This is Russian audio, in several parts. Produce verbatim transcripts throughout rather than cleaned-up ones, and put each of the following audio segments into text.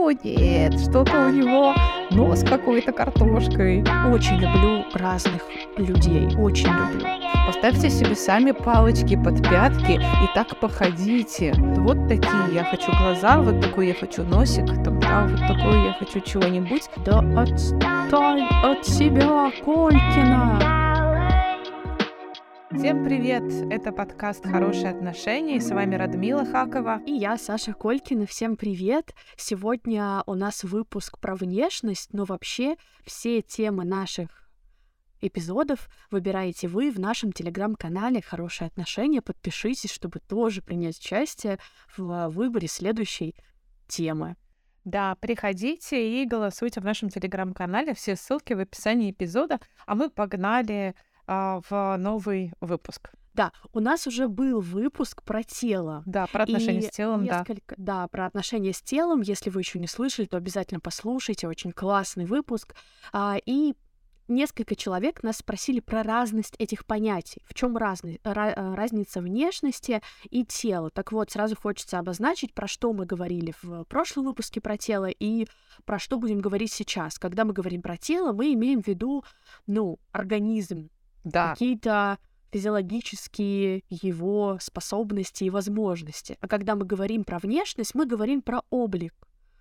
О, нет, что-то у него нос какой-то картошкой. Очень люблю разных людей, очень люблю. Поставьте себе сами палочки под пятки и так походите. Вот такие я хочу глаза, вот такой я хочу носик, там, да, вот такой я хочу чего-нибудь. Да отстань от себя, Колькина! Всем привет! Это подкаст «Хорошие отношения», и с вами Радмила Хакова. И я, Саша Колькина. Всем привет! Сегодня у нас выпуск про внешность, но вообще все темы наших эпизодов выбираете вы в нашем телеграм-канале «Хорошие отношения». Подпишитесь, чтобы тоже принять участие в выборе следующей темы. Да, приходите и голосуйте в нашем телеграм-канале. Все ссылки в описании эпизода. А мы погнали а, в новый выпуск. Да, у нас уже был выпуск про тело. Да, про отношения И с телом, несколько... да. Да, про отношения с телом. Если вы еще не слышали, то обязательно послушайте. Очень классный выпуск. А, и несколько человек нас спросили про разность этих понятий. В чем разный, ra- разница внешности и тела. Так вот, сразу хочется обозначить, про что мы говорили в прошлом выпуске про тело и про что будем говорить сейчас. Когда мы говорим про тело, мы имеем в виду, ну, организм, Да. какие-то физиологические его способности и возможности. А когда мы говорим про внешность, мы говорим про облик,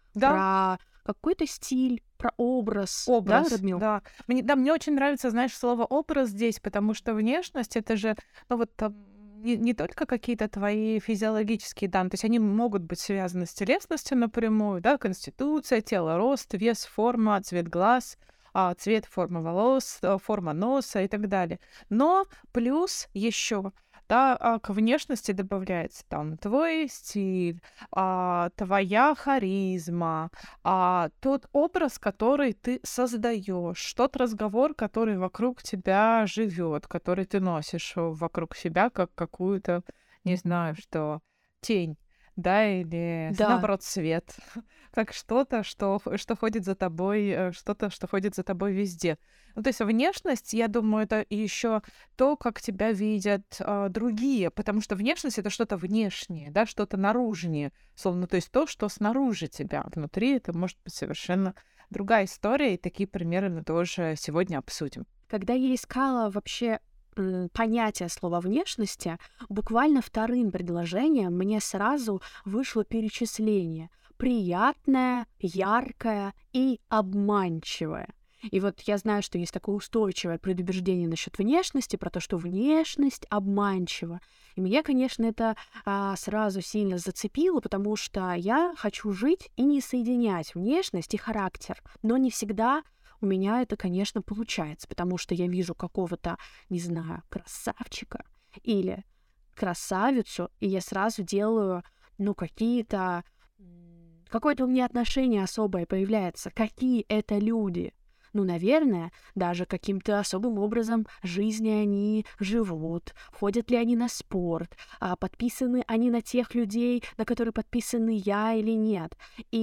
Да. про какой-то стиль, про образ. Образ, да, Радмил? да. Мне, да, мне очень нравится, знаешь, слово «образ» здесь, потому что внешность — это же, ну вот, там, не, не только какие-то твои физиологические данные, то есть они могут быть связаны с телесностью напрямую, да, конституция, тело, рост, вес, форма, цвет глаз, а, цвет, форма волос, а, форма носа и так далее. Но плюс еще, да, а, к внешности добавляется там твой стиль, а, твоя харизма, а, тот образ, который ты создаешь, тот разговор, который вокруг тебя живет, который ты носишь вокруг себя как какую-то, не знаю, что, тень, да, или Да. наоборот свет, как что-то, что, что ходит за тобой, э, что-то, что ходит за тобой везде. Ну, то есть внешность, я думаю, это еще то, как тебя видят а, другие, потому что внешность — это что-то внешнее, да, что-то наружнее, словно, то есть то, что снаружи тебя. Внутри это может быть совершенно другая история, и такие примеры мы тоже сегодня обсудим. Когда я искала вообще м, понятие слова внешности, буквально вторым предложением мне сразу вышло перечисление: приятное, яркое и обманчивое. И вот я знаю, что есть такое устойчивое предубеждение насчет внешности, про то, что внешность обманчива. И меня, конечно, это а, сразу сильно зацепило, потому что я хочу жить и не соединять внешность и характер. Но не всегда у меня это, конечно, получается, потому что я вижу какого-то, не знаю, красавчика или красавицу, и я сразу делаю, ну, какие-то... Какое-то у меня отношение особое появляется. Какие это люди? Ну, наверное, даже каким-то особым образом жизни они живут, ходят ли они на спорт, а подписаны они на тех людей, на которые подписаны я или нет.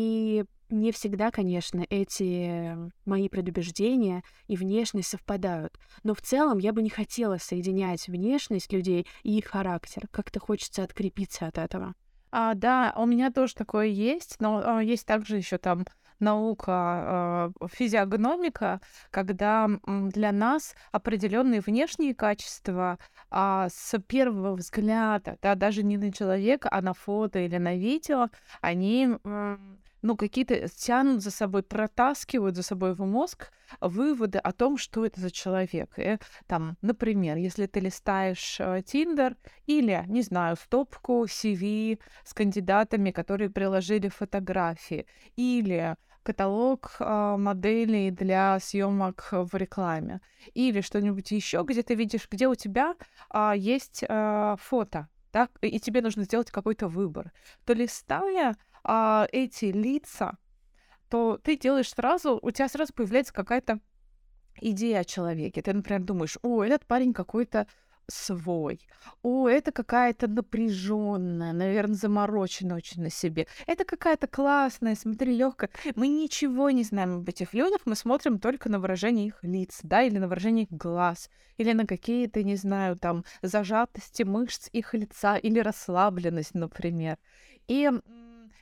И не всегда, конечно, эти мои предубеждения и внешность совпадают. Но в целом я бы не хотела соединять внешность людей и их характер. Как-то хочется открепиться от этого. А, да, у меня тоже такое есть, но а, есть также еще там наука, а, физиогномика, когда м, для нас определенные внешние качества а, с первого взгляда, да, даже не на человека, а на фото или на видео, они м, ну, какие-то тянут за собой, протаскивают за собой в мозг выводы о том, что это за человек. И, там, например, если ты листаешь Тиндер или, не знаю, стопку си ви с кандидатами, которые приложили фотографии, или каталог а, моделей для съемок в рекламе, или что-нибудь еще, где ты видишь, где у тебя а, есть а, фото, да, и тебе нужно сделать какой-то выбор, то листая а, эти лица, то ты делаешь сразу, у тебя сразу появляется какая-то идея о человеке. Ты, например, думаешь: о, этот парень какой-то свой. О, это какая-то напряженная, наверное, замороченная очень на себе. Это какая-то классная, смотри, легкая. Мы ничего не знаем об этих людях, мы смотрим только на выражение их лиц, да, или на выражение их глаз, или на какие-то, не знаю, там, зажатости мышц их лица, или расслабленность, например. И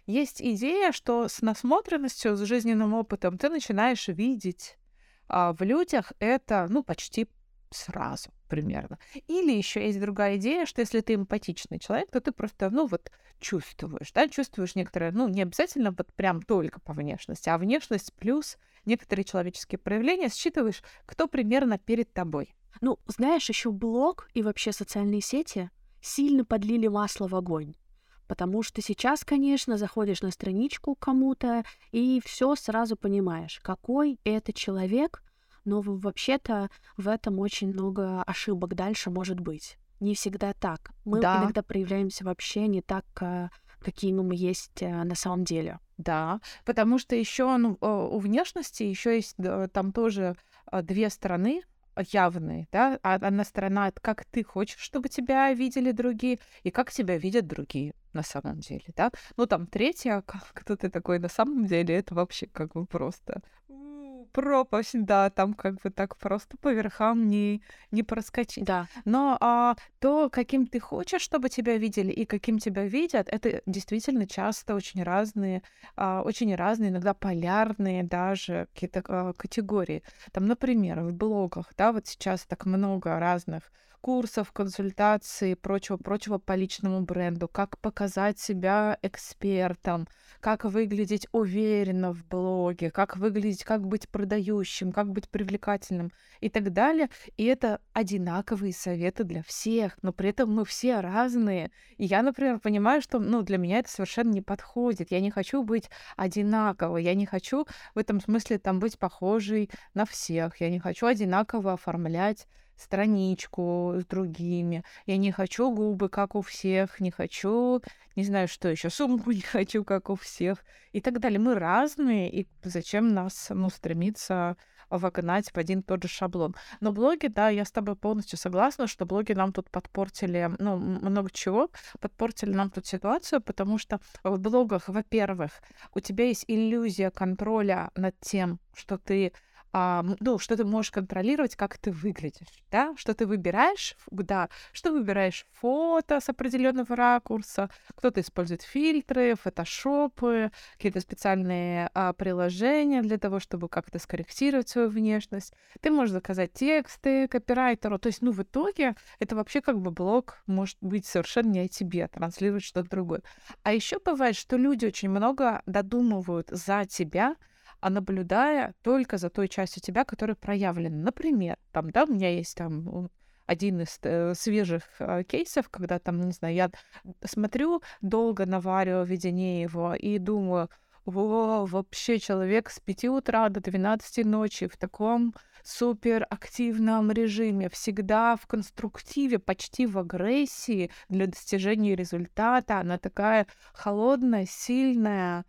Есть идея, что с насмотренностью, с жизненным опытом ты начинаешь видеть а, в людях это, ну, почти сразу примерно. Или еще есть другая идея, что если ты эмпатичный человек, то ты просто, ну, вот чувствуешь, да, чувствуешь некоторые, ну, не обязательно вот прям только по внешности, а внешность плюс некоторые человеческие проявления считываешь, кто примерно перед тобой. Ну, знаешь, еще блог и вообще социальные сети сильно подлили масло в огонь. Потому что сейчас, конечно, заходишь на страничку кому-то и все сразу понимаешь, какой это человек, но в- вообще-то в этом очень много ошибок дальше может быть. Не всегда так. Мы Да, иногда проявляемся вообще не так, а, какими мы есть а, на самом деле. да, потому что еще ну, э, у внешности еще есть да, там тоже а, две стороны явные, да. А Одна сторона это как ты хочешь, чтобы тебя видели другие, и как тебя видят другие на самом деле, да. Ну там третья, как- кто ты такой на самом деле, это вообще как бы просто у, пропасть, да, там как бы так просто по верхам не, не проскочить. Да, Но а, то, каким ты хочешь, чтобы тебя видели, и каким тебя видят, это действительно часто очень разные а, очень разные, иногда полярные даже какие-то а, категории. Там, например, в блогах, да, вот сейчас так много разных курсов, консультаций, прочего-прочего по личному бренду, как показать себя экспертом, как выглядеть уверенно в блоге, как выглядеть, как быть продающим, как быть привлекательным и так далее. И это одинаковые советы для всех, но при этом мы все разные. И я, например, понимаю, что, ну, для меня это совершенно не подходит. Я не хочу быть одинаковой, я не хочу в этом смысле там быть похожей на всех. Я не хочу одинаково оформлять страничку с другими. Я не хочу губы, как у всех, не хочу, не знаю, что еще, сумку не хочу, как у всех и так далее. Мы разные, и зачем нас, ну, стремиться вогнать в один и тот же шаблон? Но блоги, да, я с тобой полностью согласна, что блоги нам тут подпортили, ну, м- много чего, подпортили нам тут ситуацию, потому что в блогах, во-первых, у тебя есть иллюзия контроля над тем, что ты а, м, ну, что ты можешь контролировать, как ты выглядишь, да, что ты выбираешь, ф- да, что выбираешь фото с определенного ракурса, кто-то использует фильтры, фотошопы, какие-то специальные а, приложения для того, чтобы как-то скорректировать свою внешность. Ты можешь заказать тексты копирайтеру. То есть, ну, в итоге это вообще как бы блог может быть совершенно не о тебе, а транслировать что-то другое. А еще бывает, что люди очень много додумывают за тебя, а наблюдая только за той частью тебя, которая проявлена. Например, там, да, у меня есть там м, один из э, свежих э, кейсов, когда там, не знаю, я смотрю долго на Варю Веденееву и думаю, во, вообще человек с пяти утра до двенадцати ночи в таком суперактивном режиме, всегда в конструктиве, почти в агрессии для достижения результата. Она такая холодная, сильная,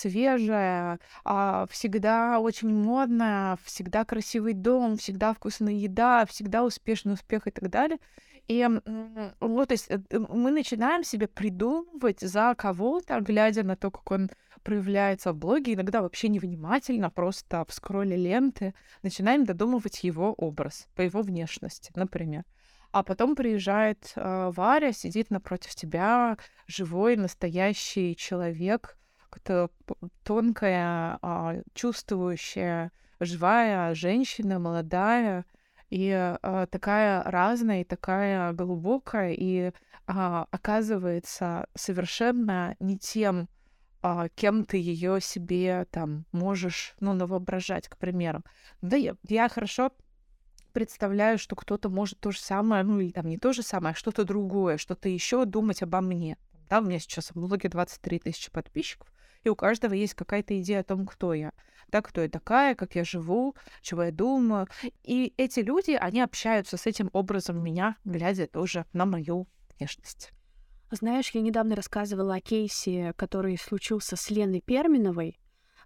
свежая, а, всегда очень модная, всегда красивый дом, всегда вкусная еда, всегда успешный успех и так далее. И м, вот, то есть э, э, мы начинаем себе придумывать за кого-то, глядя на то, как он проявляется в блоге, иногда вообще невнимательно, просто в скролле ленты, начинаем додумывать его образ по его внешности, например. А потом приезжает э, Варя, сидит напротив тебя, живой, настоящий человек, как-то п- тонкая, а, чувствующая, живая женщина, молодая, и а, такая разная, и такая глубокая, и а, оказывается совершенно не тем, а, кем ты ее себе там можешь, ну, навоображать, к примеру. Да, я, я хорошо представляю, что кто-то может то же самое, ну или там не то же самое, а что-то другое, что-то еще думать обо мне. Да, у меня сейчас в блоге двадцать три тысячи подписчиков, и у каждого есть какая-то идея о том, кто я. Да, кто я такая, как я живу, чего я думаю. И эти люди, они общаются с этим образом меня, глядя тоже на мою внешность. знаешь, я недавно рассказывала о кейсе, который случился с Леной Перминовой.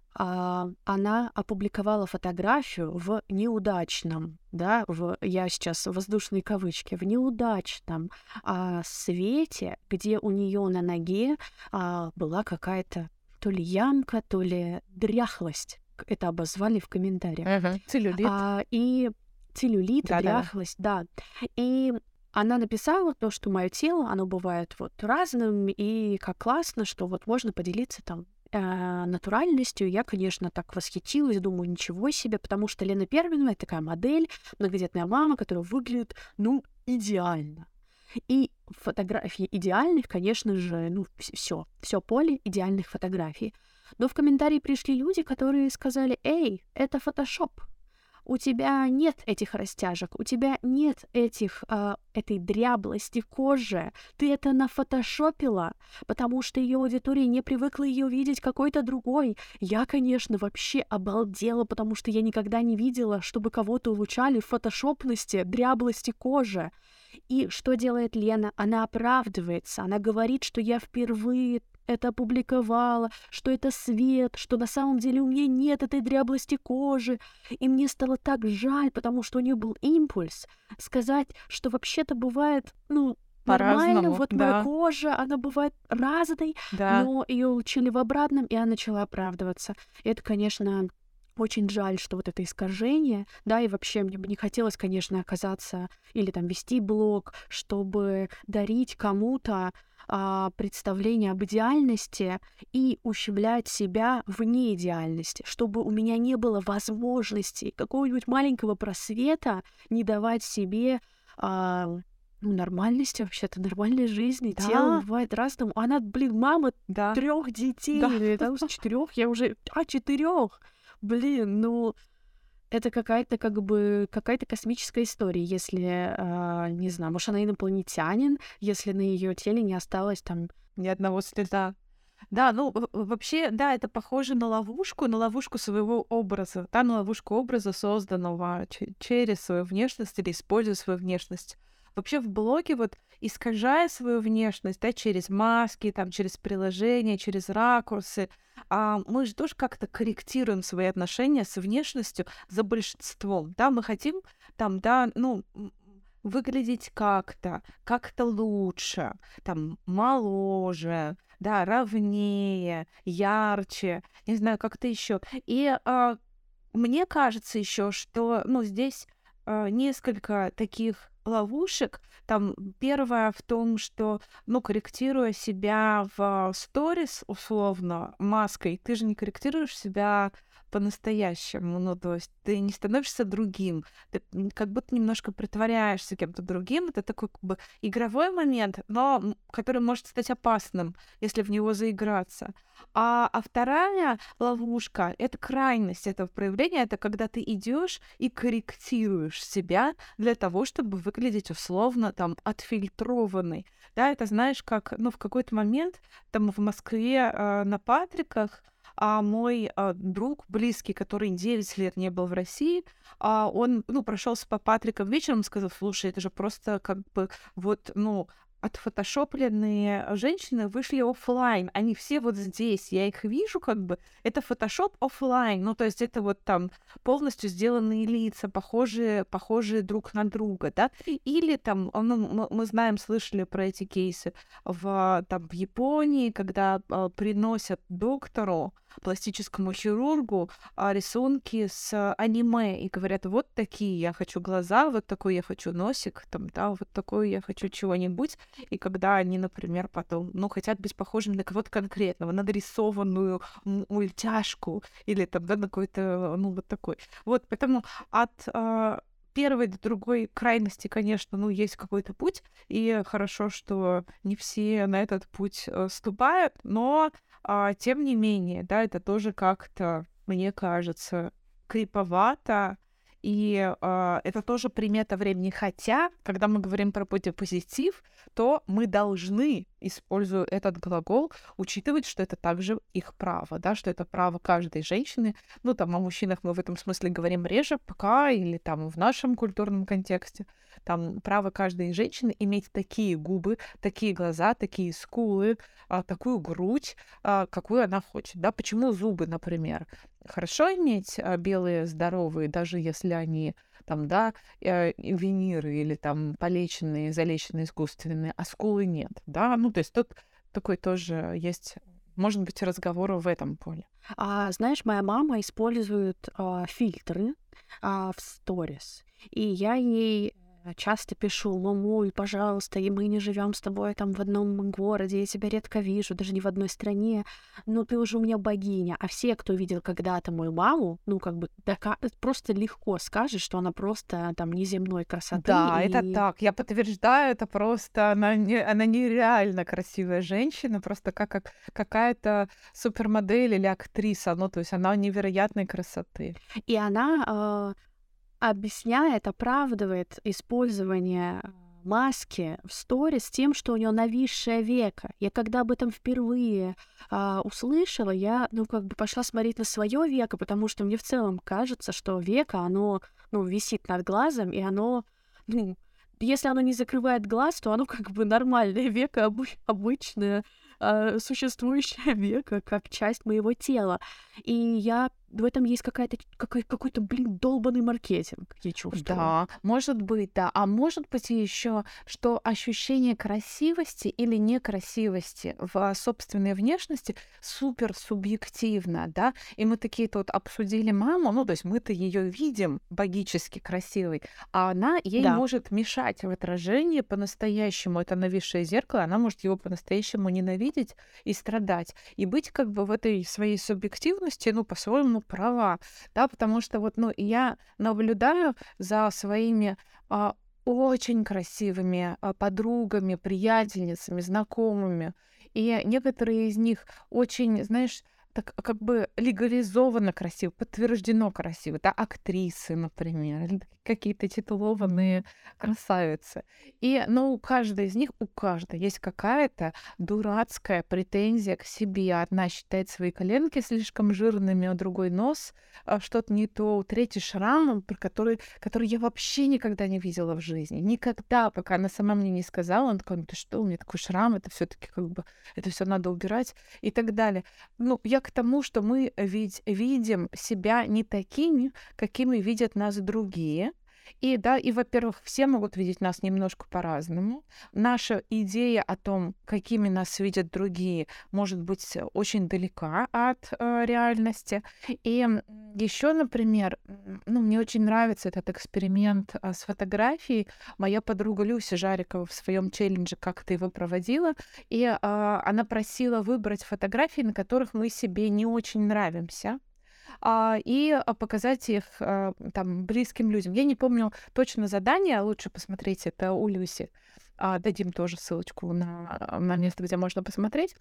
А, она опубликовала фотографию в неудачном, да, в, я сейчас воздушные кавычки, в неудачном а, свете, где у нее на ноге а, была какая-то то ли ямка, то ли дряхлость. К- Это обозвали в комментариях. Мгм. Целлюлит. А, и целлюлит, Да-да-да. дряхлость, да. И Она написала то, что мое тело, оно бывает вот разным, и как классно, что вот можно поделиться там э, натуральностью. Я, конечно, так восхитилась, думаю, ничего себе, потому что Лена Первенова — это такая модель, многодетная мама, которая выглядит, ну, идеально. И фотографии идеальных, конечно же, ну, все, все поле идеальных фотографий. Но в комментарии пришли люди, которые сказали: «Эй, это фотошоп. У тебя нет этих растяжек, у тебя нет этих, а, этой дряблости кожи. Ты это нафотошопила, потому что ее аудитория не привыкла ее видеть какой-то другой». Я, конечно, вообще обалдела, потому что я никогда не видела, чтобы кого-то улучшали в фотошопности, дряблости кожи. И что делает Лена? Она оправдывается, она говорит, что я впервые это опубликовала, что это свет, что на самом деле у меня нет этой дряблости кожи. И мне стало так жаль, потому что у нее был импульс сказать, что вообще-то бывает, ну, нормально, По-разному, вот моя да, кожа, она бывает разной, да. но ее учили в обратном, и она начала оправдываться. И это, конечно, очень жаль, что вот это искажение, да, и вообще мне бы не хотелось, конечно, оказаться или там вести блог, чтобы дарить кому-то а, представление об идеальности и ущемлять себя в неидеальности, чтобы у меня не было возможности какого-нибудь маленького просвета, не давать себе а, ну, нормальности вообще-то, нормальной жизни. Тело Да, бывает разным. Она, блин, мама да, трех детей, да. или там с четырех, я уже... А, четырех! Блин, ну, это какая-то как бы какая-то космическая история, если, а, не знаю, может, она инопланетянин, если на ее теле не осталось там... Ни одного следа. Да, ну, в в вообще, да, это похоже на ловушку, на ловушку своего образа, да, на ловушку образа, созданного че через свою внешность или используя свою внешность. Вообще в блоге вот, искажая свою внешность, да, через маски, там, через приложения, через ракурсы, а, мы же тоже как-то корректируем свои отношения с внешностью за большинством, да. Мы хотим там, да, ну, м, выглядеть как-то, как-то лучше, там, моложе, да, ровнее, ярче, не знаю, как-то еще. И а, мне кажется еще, что, ну, здесь а, несколько таких ловушек. Там первая в том, что, ну, корректируя себя в сторис, условно, маской, ты же не корректируешь себя по-настоящему, ну, то есть ты не становишься другим, ты м, как будто немножко притворяешься кем-то другим, это такой как бы игровой момент, но м, который может стать опасным, если в него заиграться. А, а вторая ловушка — это крайность этого проявления, это когда ты идешь и корректируешь себя для того, чтобы выглядеть условно там отфильтрованной. Да, это знаешь, как, ну, в какой-то момент там в Москве э, на Патриках а мой а, друг близкий, который девять лет не был в России, а, он, ну, прошелся по Патрикам вечером и сказал: слушай, это же просто как бы вот, ну, отфотошопленные женщины вышли оффлайн. Они все вот здесь. Я их вижу, как бы. Это фотошоп оффлайн. Ну, то есть это вот там полностью сделанные лица, похожие, похожие друг на друга, да. Или там, ну, мы мы знаем, слышали про эти кейсы в, там, в Японии, когда а, приносят доктору, пластическому хирургу, а, рисунки с аниме и говорят: вот такие я хочу глаза, вот такой я хочу носик, там, да, вот такой я хочу чего-нибудь. И когда они, например, потом, ну, хотят быть похожими на кого-то конкретного, на нарисованную м- мультяшку или там, да, на какой-то, ну, вот такой. Вот, поэтому от а, первой до другой крайности, конечно, ну, есть какой-то путь, и хорошо, что не все на этот путь э, ступают, но а, тем не менее, да, это тоже как-то, мне кажется, криповато, и а, это тоже примета времени. Хотя, когда мы говорим про бодипозитив, то мы должны, используя этот глагол, учитывать, что это также их право, да, что это право каждой женщины. Ну, там, о мужчинах мы в этом смысле говорим реже пока, или там в нашем культурном контексте. Там право каждой женщины иметь такие губы, такие глаза, такие скулы, а, такую грудь, а, какую она хочет, да. Почему зубы, например? Хорошо иметь а, белые, здоровые, даже если они там, да, э, виниры или там полеченные, залеченные искусственные, а скулы нет, да. Ну, то есть тут такой тоже есть, может быть, разговор в этом поле. А, знаешь, моя мама использует а, фильтры а, в сторис, и я ей часто пишу: «Мамуль, пожалуйста, и мы не живем с тобой там в одном городе, я тебя редко вижу, даже не в одной стране, но ты уже у меня богиня». А все, кто видел когда-то мою маму, ну, как бы дока- просто легко скажет, что она просто там неземной красоты. Да, это И так. Я подтверждаю, это просто она, не, она нереально красивая женщина, просто как, как какая-то супермодель или актриса. Ну, то есть она невероятной красоты. И она а, объясняет, оправдывает использование а, маски в сторис тем, что у нее нависшее веко. Я когда об этом впервые а, услышала, я, ну, как бы пошла смотреть на свое веко, потому что мне в целом кажется, что веко, оно, ну, висит над глазом, и оно, ну, если оно не закрывает глаз, то оно как бы нормальное веко, обы- обычное, а, существующее веко, как часть моего тела. И я в этом есть какая-то какой- какой-то, блин, долбанный маркетинг, я чувствую. Да, может быть, да. А может быть еще, что ощущение красивости или некрасивости в собственной внешности супер субъективно, да? И мы такие тут обсудили маму, ну, то есть мы-то ее видим богически красивой, а она ей Да. может мешать в отражении по-настоящему. Это нависшее зеркало, она может его по-настоящему ненавидеть и страдать. И быть как бы в этой своей субъективности, ну, по-своему права, да, потому что вот, ну, я наблюдаю за своими а, очень красивыми а, подругами, приятельницами, знакомыми. И некоторые из них очень, знаешь, так как бы легализованно красивы, подтверждено красивы, да, актрисы, например, или какие-то титулованные красавицы. И, но у каждой из них, у каждой есть какая-то дурацкая претензия к себе. Одна считает свои коленки слишком жирными, а другой нос а, что-то не то, у третий шрам, про который, который я вообще никогда не видела в жизни. Никогда, пока она сама мне не сказала, она такая: «Ну ты что, у меня такой шрам, это все-таки как бы, это все надо убирать» и так далее. Ну, я к тому, что мы ведь видим себя не такими, какими видят нас другие. И да, и, во-первых, все могут видеть нас немножко по-разному. Наша идея о том, какими нас видят другие, может быть э, очень далека от э, реальности. И еще, например, м, ну, мне очень нравится этот эксперимент а, с фотографией. Моя подруга Люся Жарикова в своем челлендже как-то его проводила, и а, она просила выбрать фотографии, на которых мы себе не очень нравимся, а, и а, показать их а, там близким людям. Я не помню точно задание, лучше посмотреть это у Люси. А, дадим тоже ссылочку на, на место, где можно посмотреть.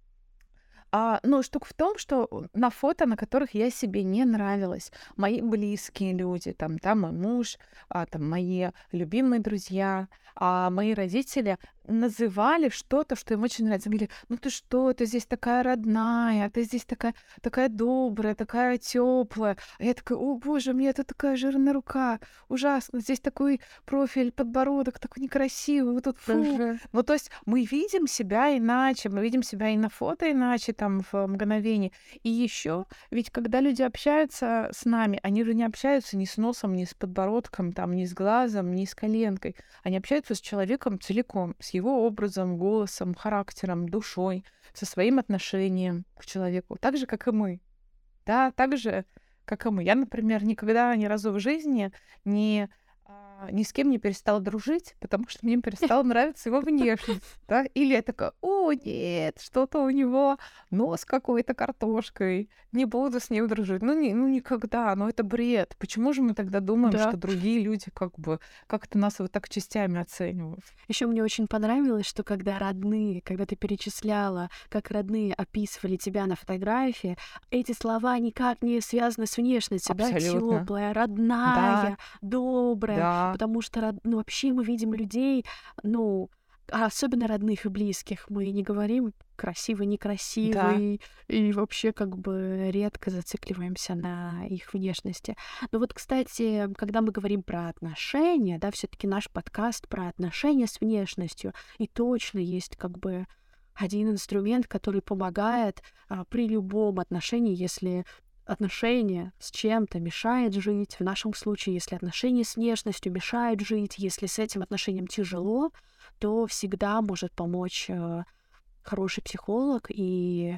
А, ну, штука в том, что э, на фото, на которых я себе не нравилась, мои близкие люди, там, да, мой муж, а, там, мои любимые друзья, а мои родители называли что-то, что им очень нравится. Говорили: ну ты что, ты здесь такая родная, ты здесь такая, такая добрая, такая теплая. А я такая: о боже, у меня это такая жирная рука, ужасно, здесь такой профиль, подбородок такой некрасивый, вот тут фу. Мгм. Ну, то есть мы видим себя иначе, мы видим себя и на фото иначе, там, в мгновение. И еще, ведь когда люди общаются с нами, они же не общаются ни с носом, ни с подбородком, там, ни с глазом, ни с коленкой. Они общаются с человеком целиком, с его образом, голосом, характером, душой, со своим отношением к человеку. Так же, как и мы. Да, так же, как и мы. Я, например, никогда ни разу в жизни не а, ни с кем не перестала дружить, потому что мне перестала нравиться его внешность, да. Или я такая: о, нет, что-то у него нос какой-то картошкой, не буду с ним дружить. Ну, не, ну никогда, ну это бред. Почему же мы тогда думаем, Да. что другие люди как бы как-то нас вот так частями оценивают? Еще мне очень понравилось, что когда родные, когда ты перечисляла, как родные описывали тебя на фотографии, эти слова никак не связаны с внешностью, да, Абсолютно. теплая, Да, родная, добрая, да, потому что род- ну, вообще мы видим людей, ну, а особенно родных и близких, мы не говорим красивый, да. некрасивый, и вообще как бы редко зацикливаемся на их внешности. Но вот, кстати, когда мы говорим про отношения, да, все-таки наш подкаст про отношения с внешностью, и точно есть как бы один инструмент, который помогает а, при любом отношении, если отношения с чем-то мешает жить, в нашем случае, если отношения с внешностью мешают жить, если с этим отношением тяжело, то всегда может помочь э, хороший психолог, и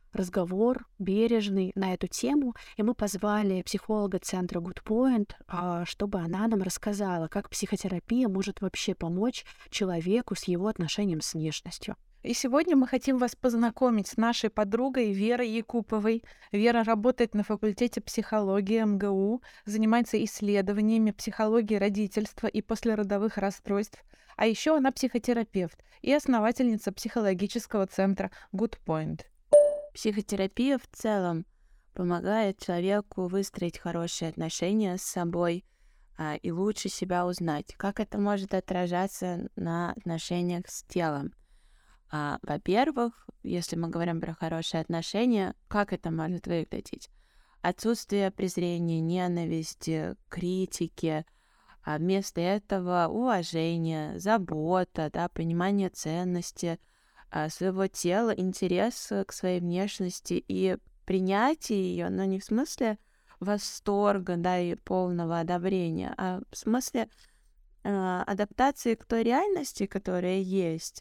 разговор бережный на эту тему, и мы позвали психолога центра Good Point, а, чтобы она нам рассказала, как психотерапия может вообще помочь человеку с его отношением с внешностью. И сегодня мы хотим вас познакомить с нашей подругой Верой Якуповой. Вера работает на факультете психологии эм гэ у, занимается исследованиями психологии родительства и послеродовых расстройств. А еще она психотерапевт и основательница психологического центра Good Point. Психотерапия в целом помогает человеку выстроить хорошие отношения с собой а, и лучше себя узнать. Как это может отражаться на отношениях с телом? А, во-первых, если мы говорим про хорошие отношения, как это может выглядеть? Отсутствие презрения, ненависти, критики, а вместо этого уважение, забота, да, понимание ценности а, своего тела, интерес к своей внешности и принятие ее, но не в смысле восторга, да, и полного одобрения, а в смысле а, адаптации к той реальности, которая есть.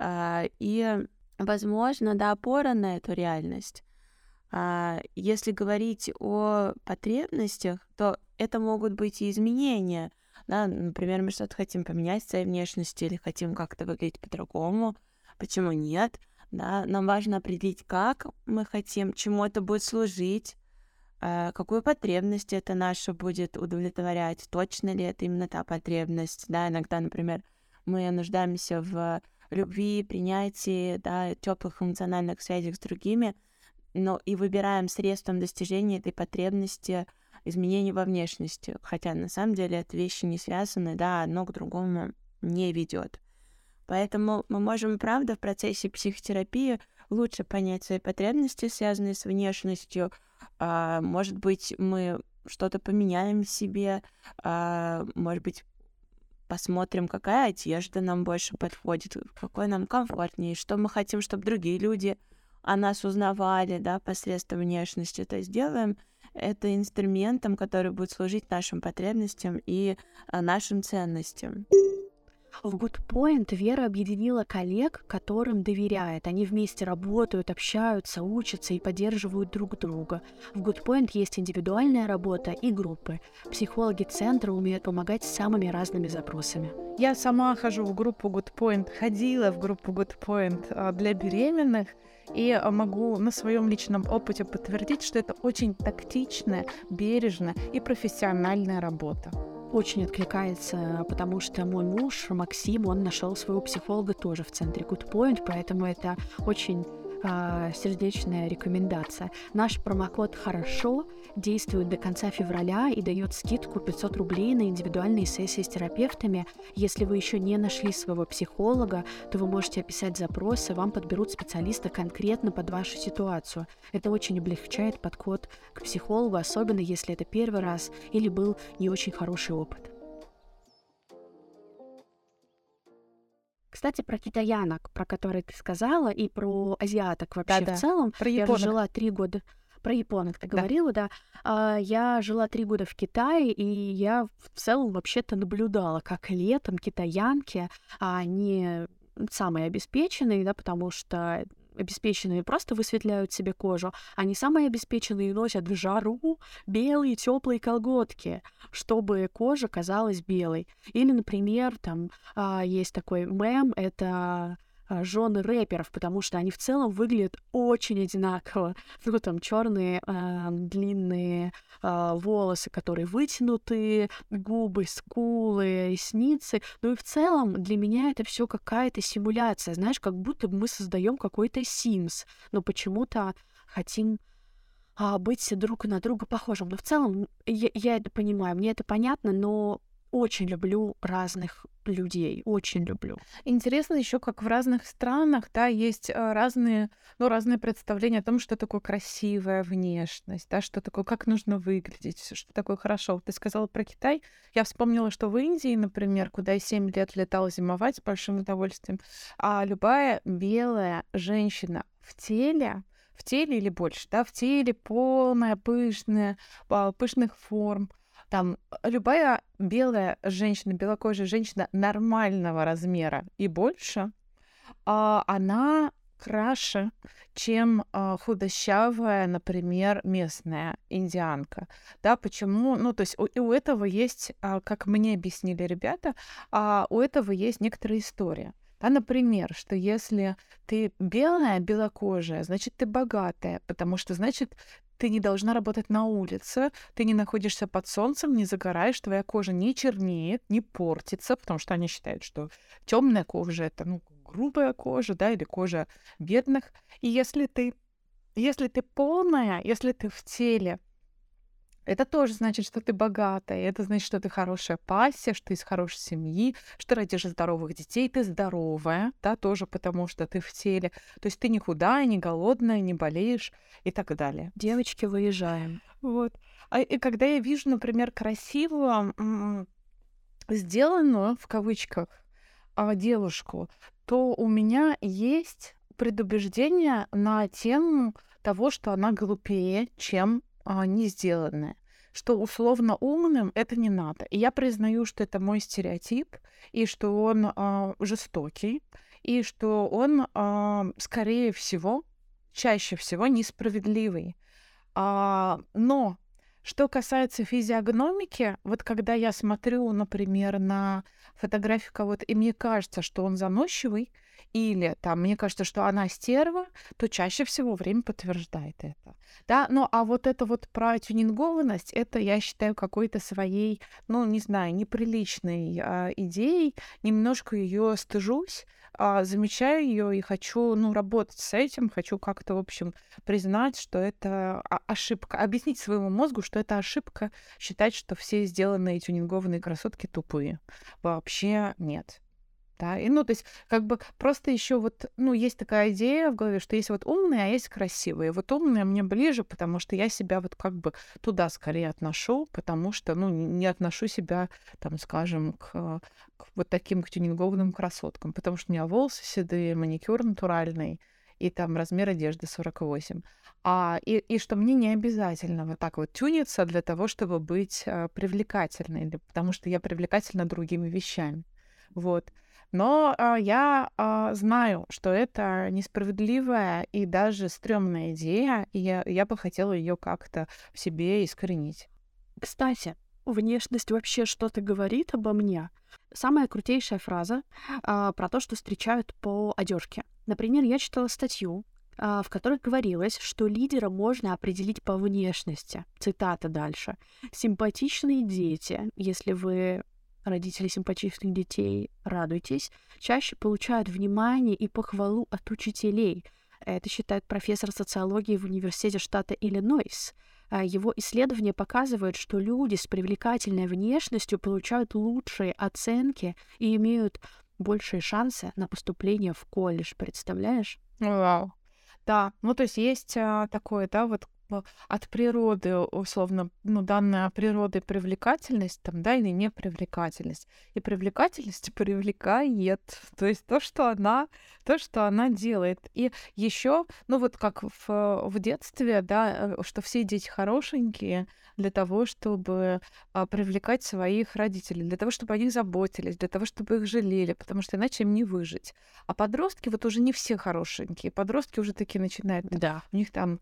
И, возможно, да, опора на эту реальность. Если говорить о потребностях, то это могут быть и изменения. Да? Например, мы что-то хотим поменять в своей внешности или хотим как-то выглядеть по-другому. Почему нет? Да? Нам важно определить, как мы хотим, чему это будет служить, какую потребность это наша будет удовлетворять, точно ли это именно та потребность. Да? Иногда, например, мы нуждаемся в любви, принятии, да, теплых эмоциональных связях с другими, но и выбираем средством достижения этой потребности изменений во внешности, хотя на самом деле это вещи не связаны, да, одно к другому не ведет. Поэтому мы можем, правда, в процессе психотерапии лучше понять свои потребности, связанные с внешностью. А, может быть, мы что-то поменяем в себе, а, может быть, посмотрим, какая одежда нам больше подходит, какой нам комфортнее, что мы хотим, чтобы другие люди о нас узнавали, да, посредством внешности. То есть делаем это инструментом, который будет служить нашим потребностям и а, нашим ценностям. В Good Point Вера объединила коллег, которым доверяет. Они вместе работают, общаются, учатся и поддерживают друг друга. В Good Point есть индивидуальная работа и группы. Психологи центра умеют помогать с самыми разными запросами. Я сама хожу в группу Good Point, ходила в группу Good Point для беременных, и могу на своем личном опыте подтвердить, что это очень тактичная, бережная и профессиональная работа. Очень откликается, потому что мой муж Максим, он нашел своего психолога тоже в центре Good Point, поэтому это очень э, сердечная рекомендация. Наш промокод «Хорошо» действует до конца февраля и дает скидку пятьсот рублей на индивидуальные сессии с терапевтами. Если вы еще не нашли своего психолога, то вы можете описать запрос, и вам подберут специалиста конкретно под вашу ситуацию. Это очень облегчает подход к психологу, особенно если это первый раз или был не очень хороший опыт. Кстати, про китаянок, про которые ты сказала, и про азиаток вообще Да-да, в целом. про Я японок. же жила три года... Про японок ты Да. говорила, да. А, я жила три года в Китае, и я в целом вообще-то наблюдала, как летом китаянки, а они самые обеспеченные, да, потому что обеспеченные просто высветляют себе кожу, а не самые обеспеченные носят в жару белые теплые колготки, чтобы кожа казалась белой. Или, например, там а, есть такой мем, это а, жены рэперов, потому что они в целом выглядят очень одинаково. Ну, там черные а, длинные а, волосы, которые вытянутые, губы, скулы, ресницы. Ну и в целом для меня это все какая-то симуляция, знаешь, как будто бы мы создаем какой-то Sims, но почему-то хотим а, быть друг на друга похожим. Но в целом я, я это понимаю, мне это понятно, но очень люблю разных людей, очень люблю. Интересно еще, как в разных странах, да, есть э, разные, ну, разные представления о том, что такое красивая внешность, да, что такое, как нужно выглядеть, что такое хорошо. Вот ты сказала про Китай. Я вспомнила, что в Индии, например, куда я семь лет летала зимовать с большим удовольствием, а любая белая женщина в теле, в теле или больше, да, в теле полная, пышная, а, пышных форм, там любая белая женщина, белокожая женщина нормального размера и больше, а, она краше, чем а, худощавая, например, местная индианка. Да, почему? Ну, то есть у, и у этого есть, а, как мне объяснили ребята, а, у этого есть некоторая история. Да, например, что если ты белая, белокожая, значит, ты богатая, потому что, значит, ты не должна работать на улице, ты не находишься под солнцем, не загораешь, твоя кожа не чернеет, не портится, потому что они считают, что темная кожа это, ну, грубая кожа, да, или кожа бедных. И если ты, если ты полная, если ты в теле, это тоже значит, что ты богатая, это значит, что ты хорошая пассия, что ты из хорошей семьи, что родишь здоровых детей, ты здоровая, да, тоже потому что ты в теле. То есть ты не худая, не голодная, не болеешь и так далее. Девочки, выезжаем. Вот. А, и когда я вижу, например, красивую, м, сделанную, в кавычках, а, девушку, то у меня есть предубеждение на тему того, что она глупее, чем а, не сделанная. Что условно умным это не надо. И я признаю, что это мой стереотип, и что он а, жестокий, и что он, а, скорее всего, чаще всего несправедливый. А, но что касается физиогномики, вот когда я смотрю, например, на фотографию кого-то, и мне кажется, что он заносчивый, или там мне кажется, что она стерва, то чаще всего время подтверждает это. Да, ну а вот это вот про тюнингованность, это я считаю какой-то своей, ну не знаю, неприличной а, идеей, немножко ее стыжусь, а, замечаю ее и хочу, ну, работать с этим, хочу как-то, в общем, признать, что это а- ошибка, объяснить своему мозгу, что это ошибка, считать, что все сделанные тюнингованные красотки тупые. Вообще нет. Да, и ну, то есть, как бы просто еще вот, ну, есть такая идея в голове, что есть вот умные, а есть красивые. Вот умные мне ближе, потому что я себя вот как бы туда скорее отношу, потому что, ну, не не отношу себя, там, скажем, к, к вот таким к тюнингованным красоткам, потому что у меня волосы седые, маникюр натуральный, и там размер одежды сорок восемь. А, и, и что мне не обязательно вот так вот тюниться для того, чтобы быть а, привлекательной, или потому что я привлекательна другими вещами. Вот. Но а, я а, знаю, что это несправедливая и даже стрёмная идея, и я, я бы хотела ее как-то в себе искоренить. Кстати, внешность вообще что-то говорит обо мне. Самая крутейшая фраза а, про то, что встречают по одежке. Например, я читала статью, а, в которой говорилось, что лидера можно определить по внешности. Цитата дальше. «Симпатичные дети, если вы родители симпатичных детей, радуйтесь, чаще получают внимание и похвалу от учителей». Это считает профессор социологии в университете штата Иллинойс. А Его исследования показывают, что люди с привлекательной внешностью получают лучшие оценки и имеют большие шансы на поступление в колледж. Представляешь? Вау. Да, ну то есть есть а, такое, да, вот в- от природы, условно, ну, данная природой привлекательность, там, да, или непривлекательность. И привлекательность привлекает, то есть то, что она, то, что она делает. И еще, ну, вот как в, в детстве, да, э, что все дети хорошенькие для того, чтобы а, привлекать своих родителей, для того, чтобы о них заботились, для того, чтобы их жалели, потому что иначе им не выжить. А подростки вот уже не все хорошенькие. Подростки уже такие начинают, там, Да. у них там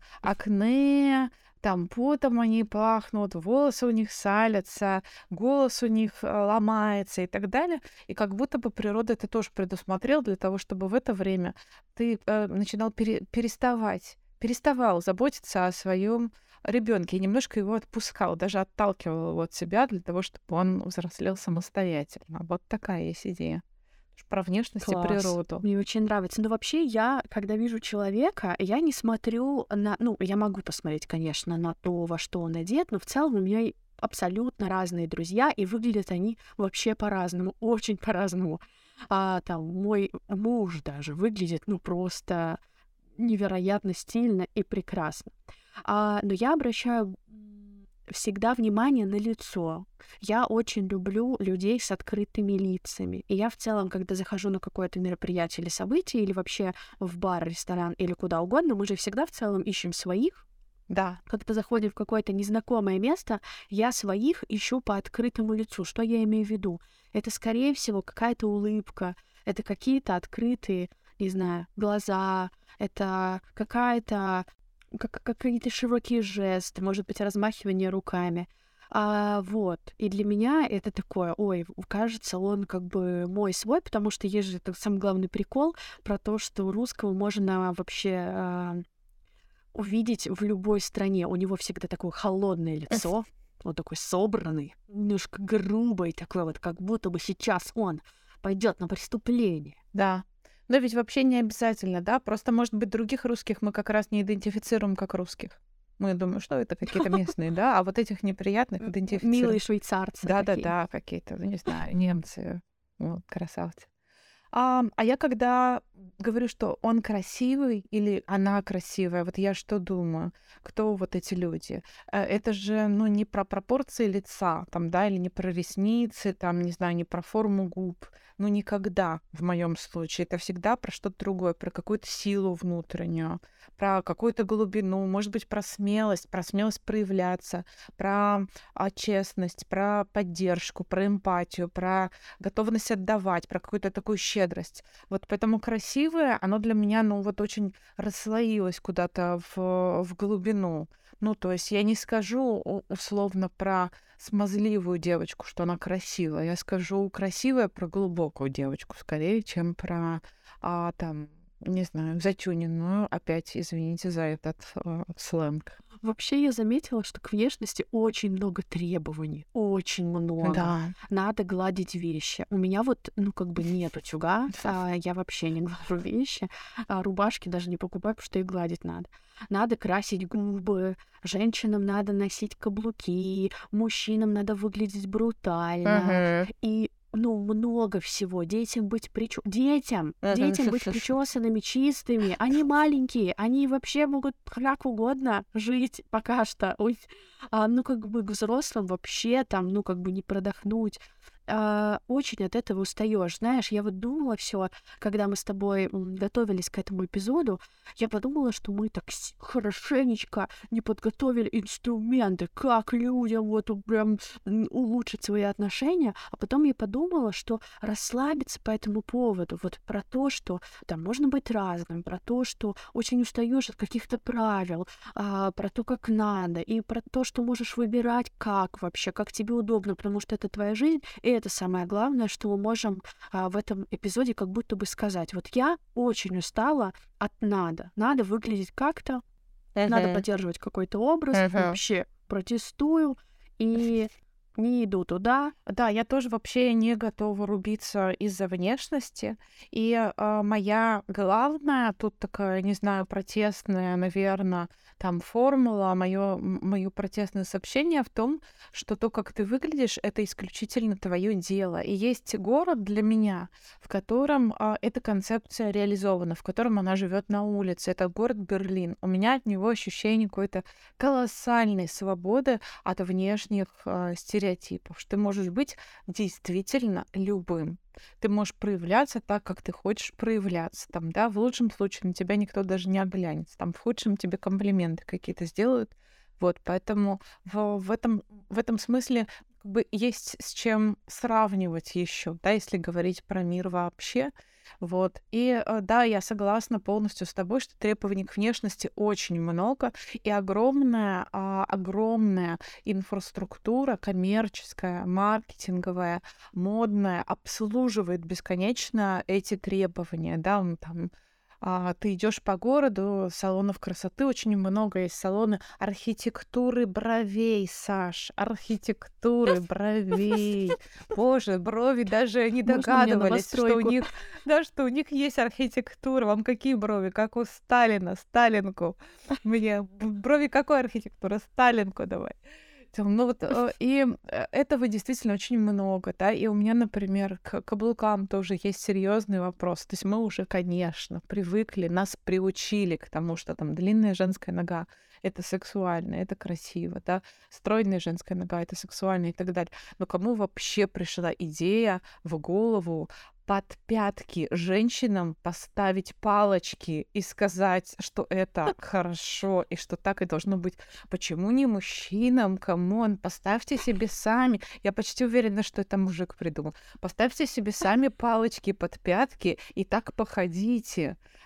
акне, там потом они пахнут, волосы у них салятся, голос у них э, ломается и так далее. И как будто бы природа это тоже предусмотрела для того, чтобы в это время ты э, начинал пере- переставать, переставал заботиться о своем ребенке и немножко его отпускал, даже отталкивал его от себя для того, чтобы он взрослел самостоятельно. Вот такая есть идея. Про внешность и Класс. природу. Мне очень нравится. Но вообще я, когда вижу человека, я не смотрю на... Ну, я могу посмотреть, конечно, на то, во что он одет, но в целом у меня и абсолютно разные друзья, и выглядят они вообще по-разному, очень по-разному. А, там мой муж даже выглядит, ну, просто невероятно стильно и прекрасно. А, но я обращаю м, всегда внимание на лицо. Я очень люблю людей с открытыми лицами. И я в целом, когда захожу на какое-то мероприятие или событие, или вообще в бар, ресторан или куда угодно, мы же всегда в целом ищем своих. Да. Когда заходим в какое-то незнакомое место, я своих ищу по открытому лицу. Что я имею в виду? Это, скорее всего, какая-то улыбка, это какие-то открытые, не знаю, глаза, это какая-то как- какие-то широкие жесты, может быть, размахивание руками. А, вот. И для меня это такое, ой, кажется, он как бы мой свой, потому что есть же этот самый главный прикол про то, что русского можно вообще а, увидеть в любой стране. У него всегда такое холодное лицо, он такой собранный, немножко грубый, такой вот, как будто бы сейчас он пойдет на преступление. Да. Но ведь вообще не обязательно, да? Просто, может быть, других русских мы как раз не идентифицируем как русских. Мы думаем, что это какие-то местные, да? А вот этих неприятных М- идентифицируем. Милые швейцарцы такие. Да-да-да, какие-то, ну, не знаю, немцы. Вот, красавцы. А, а я когда говорю, что он красивый или она красивая, вот я что думаю? Кто вот эти люди? Э, Это же, ну, не про пропорции лица, там, да, или не про ресницы, там, не знаю, не про форму губ. Ну, никогда в моем случае. Это всегда про что-то другое, про какую-то силу внутреннюю, про какую-то глубину, может быть, про смелость, про смелость проявляться, про а, честность, про поддержку, про эмпатию, про готовность отдавать, про какую-то такую щедрость. Вот поэтому красивое, оно для меня, ну, вот очень расслоилось куда-то в, в глубину. Ну, то есть я не скажу у- условно про смазливую девочку, что она красивая. Я скажу красивая про глубокую девочку скорее, чем про, а, там, не знаю, затюненную. Опять извините за этот а, сленг. Вообще я заметила, что к внешности очень много требований. Очень много. Да. Надо гладить вещи. У меня вот, ну, как бы нет утюга. а, я вообще не глажу вещи. а, рубашки даже не покупаю, потому что их гладить надо. Надо красить губы. Женщинам надо носить каблуки. Мужчинам надо выглядеть брутально. Мгм. И ну, много всего. Детям быть причё... Детям! Мгм. Детям быть причесанными, чистыми. Они маленькие. Они вообще могут как угодно жить пока что. Ой. А, ну, как бы к взрослым вообще там, ну, как бы не продохнуть. А, очень от этого устаешь. Знаешь, я вот думала все, когда мы с тобой м, готовились к этому эпизоду, я подумала, что мы так с- хорошенечко не подготовили инструменты, как людям вот прям м, улучшить свои отношения. А потом я подумала, что расслабиться по этому поводу, вот про то, что там можно быть разным, про то, что очень устаешь от каких-то правил, а, про то, как надо, и про то, что можешь выбирать, как вообще, как тебе удобно, потому что это твоя жизнь, и это самое главное, что мы можем а, в этом эпизоде как будто бы сказать. Вот я очень устала от надо. Надо выглядеть как-то, надо Мгм. поддерживать какой-то образ, Мгм. вообще протестую и не иду туда. Да, я тоже вообще не готова рубиться из-за внешности. И а, моя главная тут такая, не знаю, протестная, наверное, там формула, моё, м- моё протестное сообщение в том, что то, как ты выглядишь, это исключительно твое дело. И есть город для меня, в котором а, эта концепция реализована, в котором она живет на улице. Это город Берлин. У меня от него ощущение какой-то колоссальной свободы от внешних а, стереотипов, что ты можешь быть действительно любым. Ты можешь проявляться так, как ты хочешь проявляться. Там, да, в лучшем случае на тебя никто даже не оглянется. Там, в худшем тебе комплименты какие-то сделают. Вот, поэтому в, в этом, в этом смысле как бы есть с чем сравнивать еще, да, если говорить про мир вообще. Вот. И э, да, я согласна полностью с тобой, что требований к внешности очень много, и огромная, а, огромная инфраструктура коммерческая, маркетинговая, модная обслуживает бесконечно эти требования, да, м, там а, ты идешь по городу, салонов красоты очень много, есть салоны архитектуры бровей, Саш, архитектуры бровей. Боже, брови даже не Можно мне на догадывались, что у новостройку? них, да, что у них есть архитектура. Вам какие брови? Как у Сталина, Сталинку. Мне б- брови какой архитектуры? Сталинку давай. Там, ну вот, э, и э, этого действительно очень много, да, и у меня, например, к каблукам тоже есть серьезный вопрос. То есть мы уже, конечно, привыкли, нас приучили к тому, что там длинная женская нога — это сексуально, это красиво, да, стройная женская нога — это сексуально и так далее. Но кому вообще пришла идея в голову под пятки женщинам поставить палочки и сказать, что это хорошо и что так и должно быть? Почему не мужчинам? Камон, поставьте себе сами. Я почти уверена, что это мужик придумал. Поставьте себе сами палочки под пятки и так походите.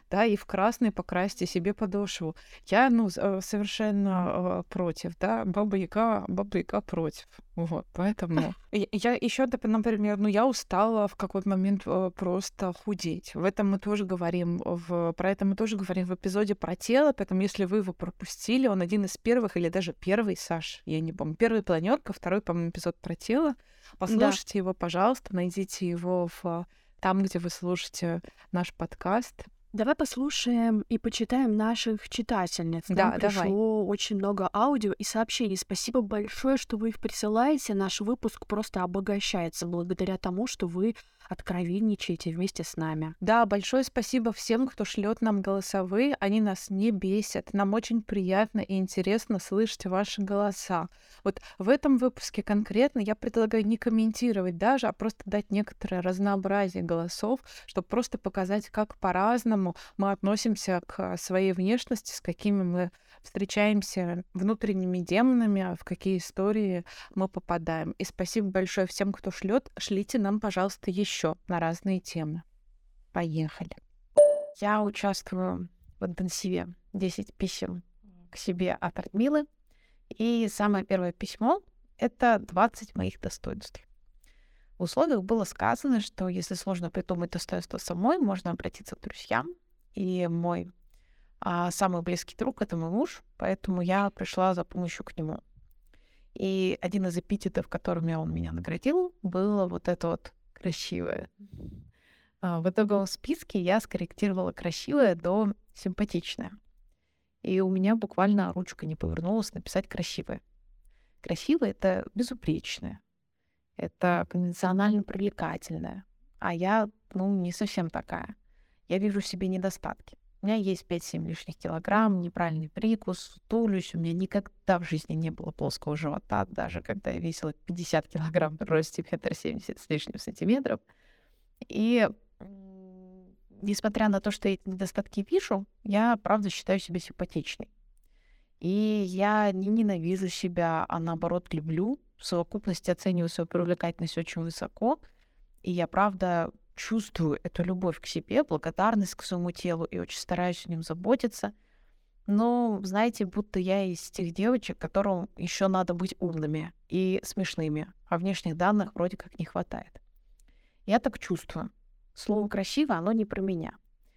да, и в красный покрасьте себе подошву. Я, ну, с- э, совершенно э, против, да, Баба-Яга, Баба-Яга против. Вот, поэтому я, я еще, например, ну, я устала в какой-то момент э, просто худеть. В этом мы тоже говорим, в, про это мы тоже говорим в эпизоде про тело, поэтому если вы его пропустили, он один из первых или даже первый, Саш, я не помню, первый планерка, второй, по-моему, эпизод про тело. Да. Послушайте его, пожалуйста, найдите его в там, где вы слушаете наш подкаст. Давай послушаем и почитаем наших читательниц. Нам Да, давай. пришло очень много аудио и сообщений. Спасибо большое, что вы их присылаете. Наш выпуск просто обогащается благодаря тому, что вы откровенничаете вместе с нами. Да, большое спасибо всем, кто шлет нам голосовые. Они нас не бесят. Нам очень приятно и интересно слышать ваши голоса. Вот в этом выпуске конкретно я предлагаю не комментировать даже, а просто дать некоторое разнообразие голосов, чтобы просто показать, как по-разному мы относимся к своей внешности, с какими мы встречаемся внутренними демонами, в какие истории мы попадаем. И спасибо большое всем, кто шлет. Шлите нам, пожалуйста, еще на разные темы. Поехали. Я участвую в интенсиве десять писем к себе от Радмилы. И самое первое письмо — это двадцать моих достоинств. В условиях было сказано, что если сложно придумать достоинство самой, можно обратиться к друзьям. И мой а, самый близкий друг — это мой муж, поэтому я пришла за помощью к нему. И один из эпитетов, которыми он меня наградил, было вот это вот красивое. А, в итоговом списке я скорректировала красивое до симпатичное. И у меня буквально ручка не повернулась написать красивое. Красивое — это безупречное, это конвенционально привлекательное. А я, ну, не совсем такая. Я вижу в себе недостатки. У меня есть пять-семь лишних килограмм, неправильный прикус, сутулюсь. У меня никогда в жизни не было плоского живота, даже когда я весила пятьдесят килограмм в росте метр семьдесят с лишним сантиметров. И м, несмотря на то, что я эти недостатки вижу, я, правда, считаю себя симпатичной. И я не ненавижу себя, а наоборот люблю. В совокупности оцениваю свою привлекательность очень высоко. И я, правда, чувствую эту любовь к себе, благодарность к своему телу и очень стараюсь о нем заботиться. Но, знаете, будто я из тех девочек, которым еще надо быть умными и смешными, а внешних данных вроде как не хватает. Я так чувствую. Слово «красиво», оно не про меня.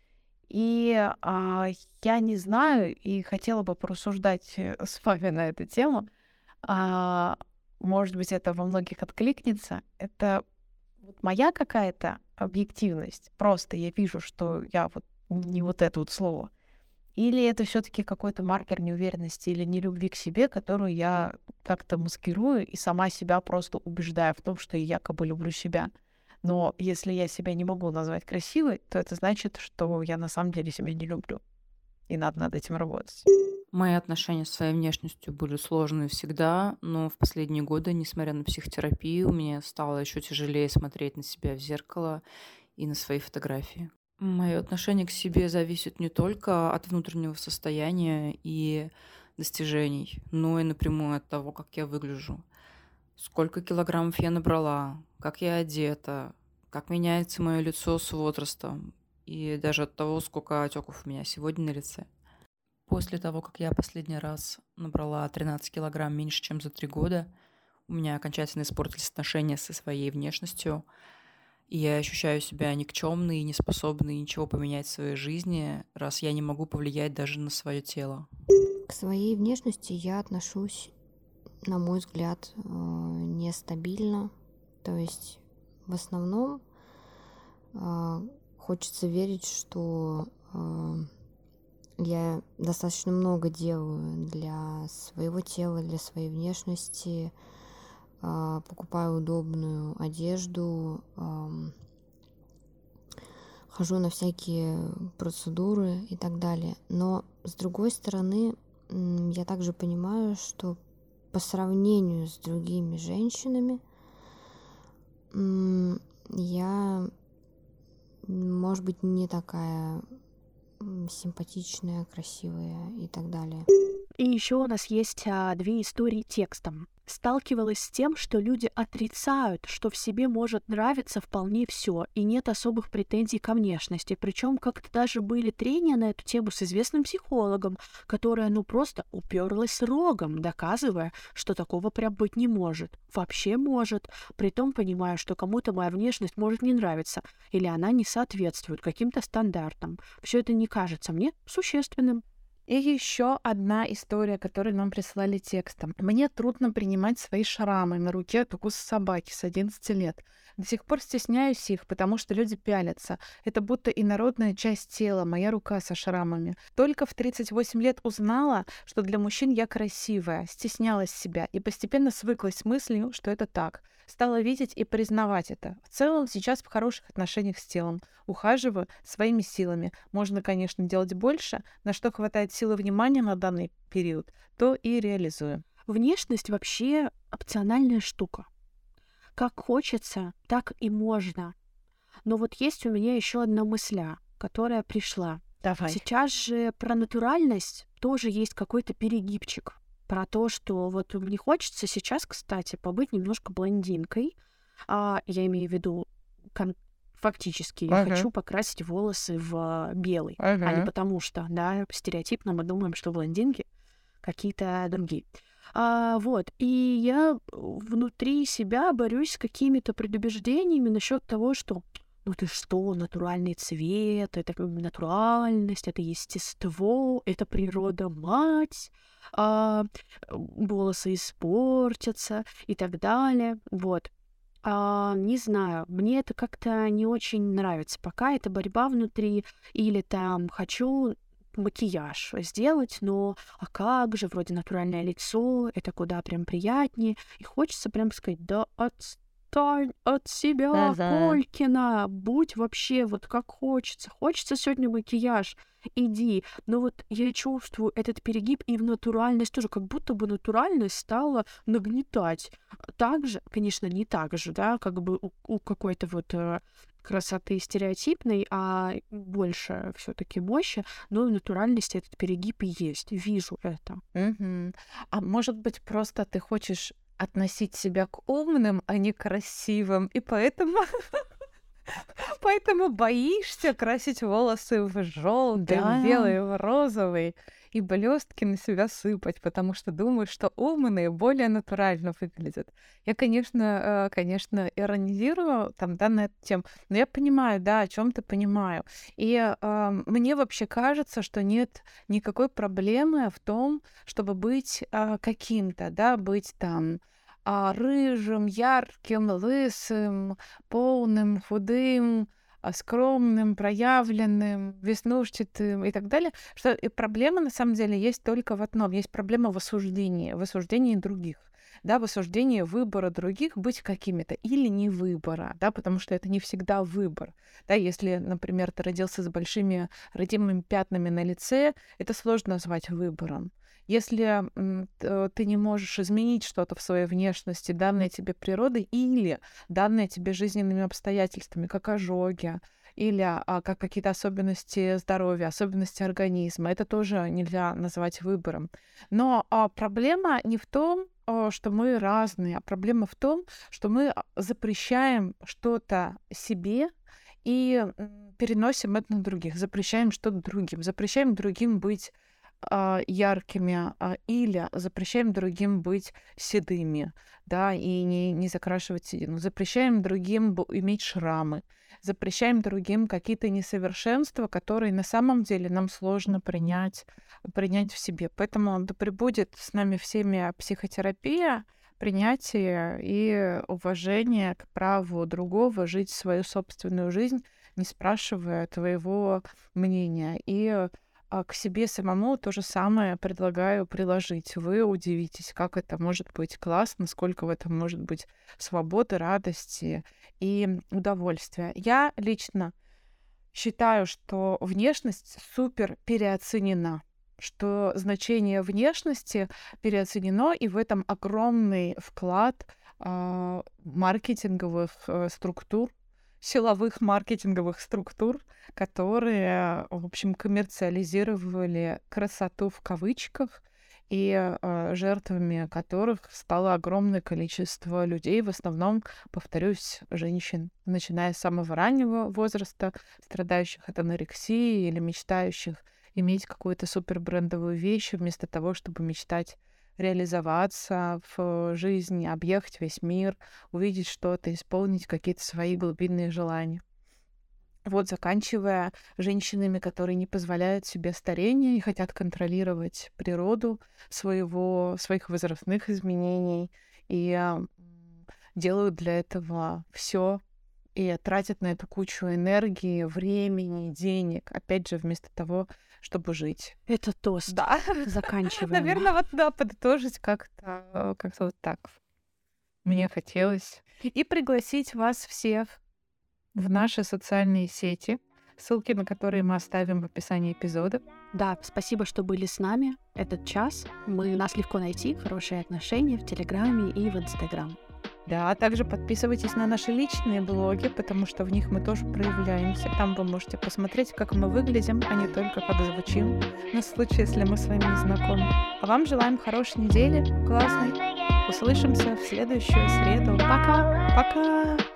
И а, я не знаю, и хотела бы порассуждать э, с вами на эту тему. А, может быть, это во многих откликнется. Это вот моя какая-то объективность. Просто я вижу, что я вот не вот это вот слово. Или это все-таки какой-то маркер неуверенности или нелюбви к себе, которую я как-то маскирую и сама себя просто убеждаю в том, что я якобы люблю себя. Но если я себя не могу назвать красивой, то это значит, что я на самом деле себя не люблю. И надо над этим работать. Мои отношения со своей внешностью были сложные всегда, но в последние годы, несмотря на психотерапию, мне стало еще тяжелее смотреть на себя в зеркало и на свои фотографии. Мое отношение к себе зависит не только от внутреннего состояния и достижений, но и напрямую от того, как я выгляжу. Сколько килограммов я набрала, как я одета, как меняется мое лицо с возрастом, и даже от того, сколько отеков у меня сегодня на лице. После того, как я последний раз набрала тринадцать килограмм меньше, чем за три года, у меня окончательно испортились отношения со своей внешностью, и я ощущаю себя никчемной и неспособной ничего поменять в своей жизни, раз я не могу повлиять даже на свое тело. К своей внешности я отношусь, на мой взгляд, э, нестабильно. То есть в основном э, хочется верить, что э, я достаточно много делаю для своего тела, для своей внешности, э, покупаю удобную одежду, э, хожу на всякие процедуры и так далее. Но с другой стороны, м, я также понимаю, что по сравнению с другими женщинами м, я, может быть, не такая м, симпатичная, красивая и так далее. И еще у нас есть а, две истории текстом. сталкивалась с тем, что люди отрицают, что в себе может нравиться вполне все, и нет особых претензий ко внешности. Причем как-то даже были трения на эту тему с известным психологом, которая ну просто уперлась рогом, доказывая, что такого прям быть не может. Вообще может, притом понимая, что кому-то моя внешность может не нравиться, или она не соответствует каким-то стандартам. Все это не кажется мне существенным. И еще одна история, которую нам прислали текстом. Мне трудно принимать свои шрамы на руке от укуса собаки с одиннадцати лет. До сих пор стесняюсь их, потому что люди пялятся. Это будто инородная часть тела, моя рука со шрамами. Только в тридцать восемь лет узнала, что для мужчин я красивая, стеснялась себя и постепенно свыклась с мыслью, что это так. Стала видеть и признавать это. В целом сейчас в хороших отношениях с телом. Ухаживаю своими силами. Можно, конечно, делать больше, на что хватает силы внимания на данный период, то и реализую. Внешность вообще опциональная штука. Как хочется, так и можно. Но вот есть у меня еще одна мысля, которая пришла. Давай. Сейчас же про натуральность тоже есть какой-то перегибчик. Про то, что вот мне хочется сейчас, кстати, побыть немножко блондинкой. А, я имею в виду кон- фактически. Я Ага. хочу покрасить волосы в белый. Ага. А не потому что, да, стереотипно мы думаем, что блондинки какие-то другие. А, вот. И я внутри себя борюсь с какими-то предубеждениями насчет того, что ну ты что, натуральный цвет, это как бы натуральность, это естество, это природа мать, а, волосы испортятся и так далее. Вот. А, не знаю, мне это как-то не очень нравится. Пока это борьба внутри, или там хочу макияж сделать, но а как же, вроде натуральное лицо, это куда прям приятнее. И хочется прям сказать, да отстань от себя, Ага. Колькина, будь вообще вот как хочется. Хочется сегодня макияж, иди. Но вот я чувствую этот перегиб и в натуральность тоже, как будто бы натуральность стала нагнетать. Также, конечно, не так же, да, как бы у, у какой-то вот э, красоты стереотипной, а больше все-таки мощи, но в натуральности этот перегиб и есть. Вижу это. Мгм. А может быть, просто ты хочешь относить себя к умным, а не красивым, и поэтому поэтому боишься красить волосы в желтый, в Да. белый, в розовый и блестки на себя сыпать, потому что думаешь, что умные более натурально выглядят. Я, конечно, э, конечно, иронизирую там, да, на эту тему, но я понимаю, да, о чем ты понимаю. И э, мне вообще кажется, что нет никакой проблемы в том, чтобы быть э, каким-то, да, быть там а, рыжим, ярким, лысым, полным, худым, а, скромным, проявленным, веснушчатым и так далее, что и проблема на самом деле есть только в одном. Есть проблема в осуждении, в осуждении других. Да, в осуждении выбора других быть какими-то или не выбора, да, потому что это не всегда выбор. Да, если, например, ты родился с большими родимыми пятнами на лице, это сложно назвать выбором. Если м, т- ты не можешь изменить что-то в своей внешности, данное тебе природой или данное тебе жизненными обстоятельствами, как ожоги, или а, как какие-то особенности здоровья, особенности организма, это тоже нельзя назвать выбором. Но а, проблема не в том, а, что мы разные, а проблема в том, что мы а, запрещаем что-то себе и м, переносим это на других, запрещаем что-то другим, запрещаем другим быть а, яркими, а, или запрещаем другим быть седыми, да, и не, не закрашивать седину, запрещаем другим бу- иметь шрамы, запрещаем другим какие-то несовершенства, которые на самом деле нам сложно принять, принять в себе. Поэтому да пребудет с нами всеми психотерапия, принятие и уважение к праву другого жить свою собственную жизнь, не спрашивая твоего мнения. И а к себе самому то же самое предлагаю приложить. Вы удивитесь, как это может быть классно, сколько в этом может быть свободы, радости и удовольствия. Я лично считаю, что внешность супер переоценена, что значение внешности переоценено, и в этом огромный вклад а, маркетинговых э, структур, силовых маркетинговых структур, которые, в общем, коммерциализировали красоту в кавычках и э, жертвами которых стало огромное количество людей, в основном, повторюсь, женщин, начиная с самого раннего возраста, страдающих от анорексии или мечтающих иметь какую-то супербрендовую вещь вместо того, чтобы мечтать реализоваться в жизни, объехать весь мир, увидеть что-то, исполнить какие-то свои глубинные желания. Вот, заканчивая женщинами, которые не позволяют себе старения и хотят контролировать природу своего, своих возрастных изменений и м, делают для этого все и тратят на эту кучу энергии, времени, денег, опять же, вместо того, чтобы жить. Это тост. Да, Заканчиваем. наверное, вот да, подытожить как-то, э, как-то вот так. Мне хотелось. И пригласить вас всех в наши социальные сети, ссылки на которые мы оставим в описании эпизода. Да, спасибо, что были с нами этот час. Мы, нас легко найти, хорошие отношения в Телеграме и в Инстаграм. Да, а также подписывайтесь на наши личные блоги, потому что в них мы тоже проявляемся. Там вы можете посмотреть, как мы выглядим, а не только как звучим, на случай, если мы с вами не знакомы. А вам желаем хорошей недели, классной. Услышимся в следующую среду. Пока! Пока!